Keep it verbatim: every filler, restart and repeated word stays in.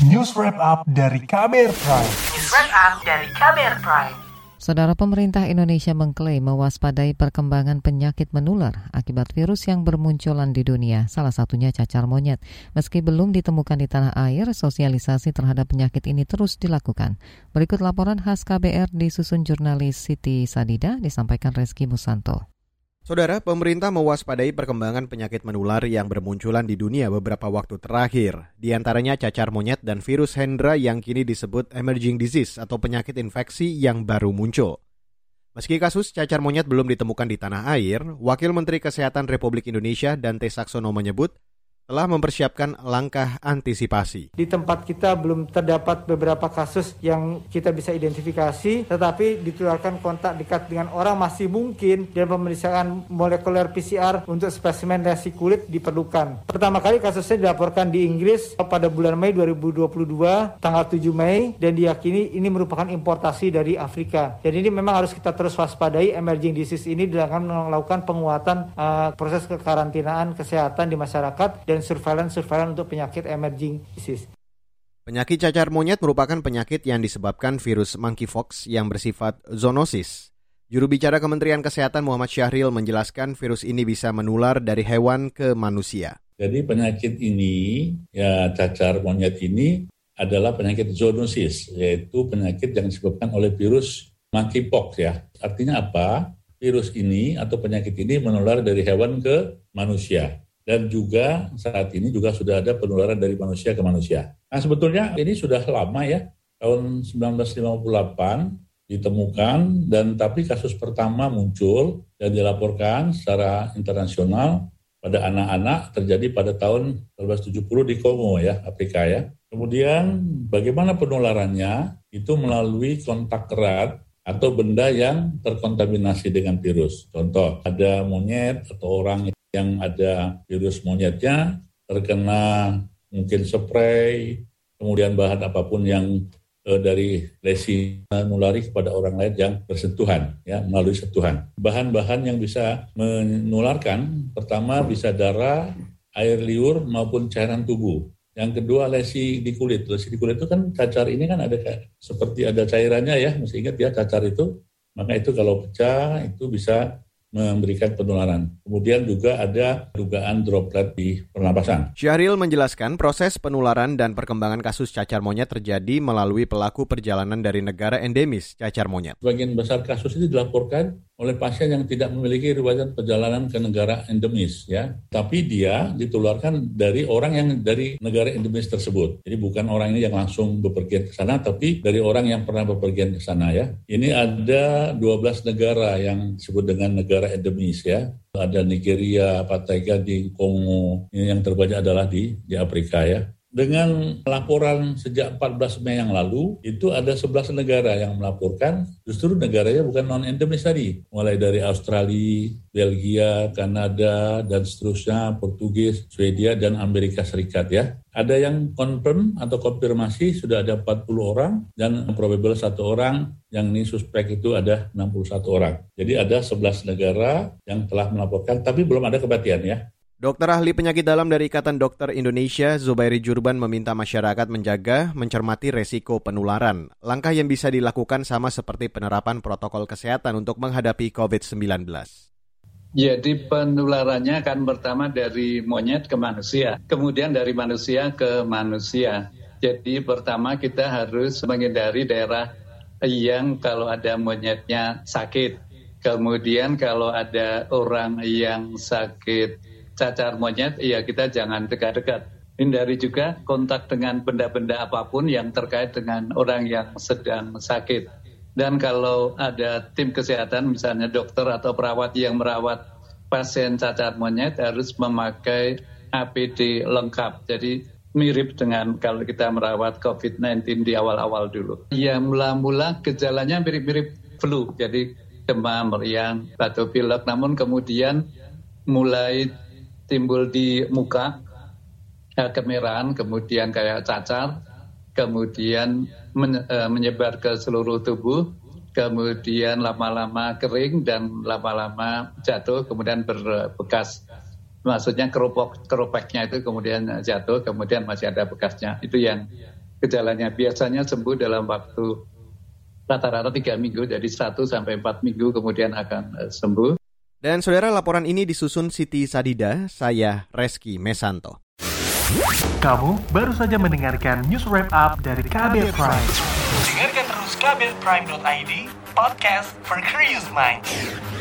News Wrap Up dari K B R Prime. News Wrap Up dari K B R Prime. Saudara, pemerintah Indonesia mengklaim mewaspadai perkembangan penyakit menular akibat virus yang bermunculan di dunia, salah satunya cacar monyet. Meski belum ditemukan di tanah air, sosialisasi terhadap penyakit ini terus dilakukan. Berikut laporan khas K B R disusun jurnalis Siti Sadida, disampaikan Reski Musanto. Saudara, pemerintah mewaspadai perkembangan penyakit menular yang bermunculan di dunia beberapa waktu terakhir. Di antaranya cacar monyet dan virus Hendra yang kini disebut emerging disease atau penyakit infeksi yang baru muncul. Meski kasus cacar monyet belum ditemukan di tanah air, Wakil Menteri Kesehatan Republik Indonesia Dante Saxono menyebut telah mempersiapkan langkah antisipasi. Di tempat kita belum terdapat beberapa kasus yang kita bisa identifikasi, tetapi ditularkan kontak dekat dengan orang masih mungkin dan pemeriksaan molekuler P C R untuk spesimen lesi kulit diperlukan. Pertama kali kasusnya dilaporkan di Inggris pada bulan Mei dua ribu dua puluh dua, tanggal tujuh Mei, dan diyakini ini merupakan importasi dari Afrika. Dan ini memang harus kita terus waspadai. Emerging disease ini dilakukan melakukan penguatan uh, proses kekarantinaan kesehatan di masyarakat dan surveillance-surveillance untuk penyakit emerging disease. Penyakit cacar monyet merupakan penyakit yang disebabkan virus monkeypox yang bersifat zoonosis. Juru bicara Kementerian Kesehatan Muhammad Syahril menjelaskan virus ini bisa menular dari hewan ke manusia. Jadi penyakit ini, ya cacar monyet ini adalah penyakit zoonosis, yaitu penyakit yang disebabkan oleh virus monkeypox ya. Artinya apa? Virus ini atau penyakit ini menular dari hewan ke manusia. Dan juga saat ini juga sudah ada penularan dari manusia ke manusia. Nah sebetulnya ini sudah lama ya, tahun sembilan belas lima puluh delapan ditemukan, dan tapi kasus pertama muncul dan dilaporkan secara internasional pada anak-anak terjadi pada tahun seribu sembilan ratus tujuh puluh di Kongo ya, Afrika ya. Kemudian bagaimana penularannya? Itu melalui kontak erat atau benda yang terkontaminasi dengan virus. Contoh, ada monyet atau orang yang ada virus monyetnya terkena mungkin spray, kemudian bahan apapun yang eh, dari lesi menulari kepada orang lain yang bersentuhan, ya melalui sentuhan. Bahan-bahan yang bisa menularkan, pertama bisa darah, air liur maupun cairan tubuh. Yang kedua lesi di kulit. Lesi di kulit itu kan cacar ini kan ada seperti ada cairannya ya, mesti ingat ya cacar itu. Maka itu kalau pecah itu bisa memberikan penularan. Kemudian juga ada dugaan droplet di pernapasan. Syahril menjelaskan proses penularan dan perkembangan kasus cacar monyet terjadi melalui pelaku perjalanan dari negara endemis cacar monyet. Sebagian besar kasus itu dilaporkan oleh pasien yang tidak memiliki riwayat perjalanan ke negara endemis ya. Tapi dia ditularkan dari orang yang dari negara endemis tersebut. Jadi bukan orang ini yang langsung bepergian ke sana, tapi dari orang yang pernah bepergian ke sana ya. Ini ada dua belas negara yang disebut dengan negara endemis ya. Ada Nigeria, Pantai Gading, Kongo. Ini yang terbanyak adalah di di Afrika ya. Dengan laporan sejak empat belas Mei yang lalu, itu ada sebelas negara yang melaporkan, justru negaranya bukan non-endemis tadi. Mulai dari Australia, Belgia, Kanada, dan seterusnya, Portugis, Swedia, dan Amerika Serikat ya. Ada yang confirm atau konfirmasi sudah ada empat puluh orang, dan probable satu orang, yang ini suspek itu ada enam puluh satu orang. Jadi ada sebelas negara yang telah melaporkan, tapi belum ada kematian ya. Dokter ahli penyakit dalam dari Ikatan Dokter Indonesia, Zubairi Jurban, meminta masyarakat menjaga, mencermati resiko penularan. Langkah yang bisa dilakukan sama seperti penerapan protokol kesehatan untuk menghadapi covid sembilan belas. Jadi penularannya kan pertama dari monyet ke manusia, kemudian dari manusia ke manusia. Jadi pertama kita harus menghindari daerah yang kalau ada monyetnya sakit. Kemudian kalau ada orang yang sakit cacar monyet, ya kita jangan dekat-dekat. Hindari juga kontak dengan benda-benda apapun yang terkait dengan orang yang sedang sakit. Dan kalau ada tim kesehatan, misalnya dokter atau perawat yang merawat pasien cacar monyet, harus memakai A P D lengkap. Jadi mirip dengan kalau kita merawat covid sembilan belas di awal-awal dulu. Ya mula-mula gejalanya mirip-mirip flu, jadi demam, meriang, batuk pilek, namun kemudian mulai timbul di muka, kemerahan, kemudian kayak cacar, kemudian menyebar ke seluruh tubuh, kemudian lama-lama kering dan lama-lama jatuh, kemudian berbekas. Maksudnya keropok keropeknya itu kemudian jatuh, kemudian masih ada bekasnya. Itu yang gejalanya. Biasanya sembuh dalam waktu rata-rata tiga minggu, jadi satu sampai empat minggu kemudian akan sembuh. Dan saudara, laporan ini disusun Siti Sadida, saya Reski Mesanto. Kamu baru saja mendengarkan news wrap up dari K B R Prime. Dengarkan terus k b r prime dot i d, podcast for curious minds.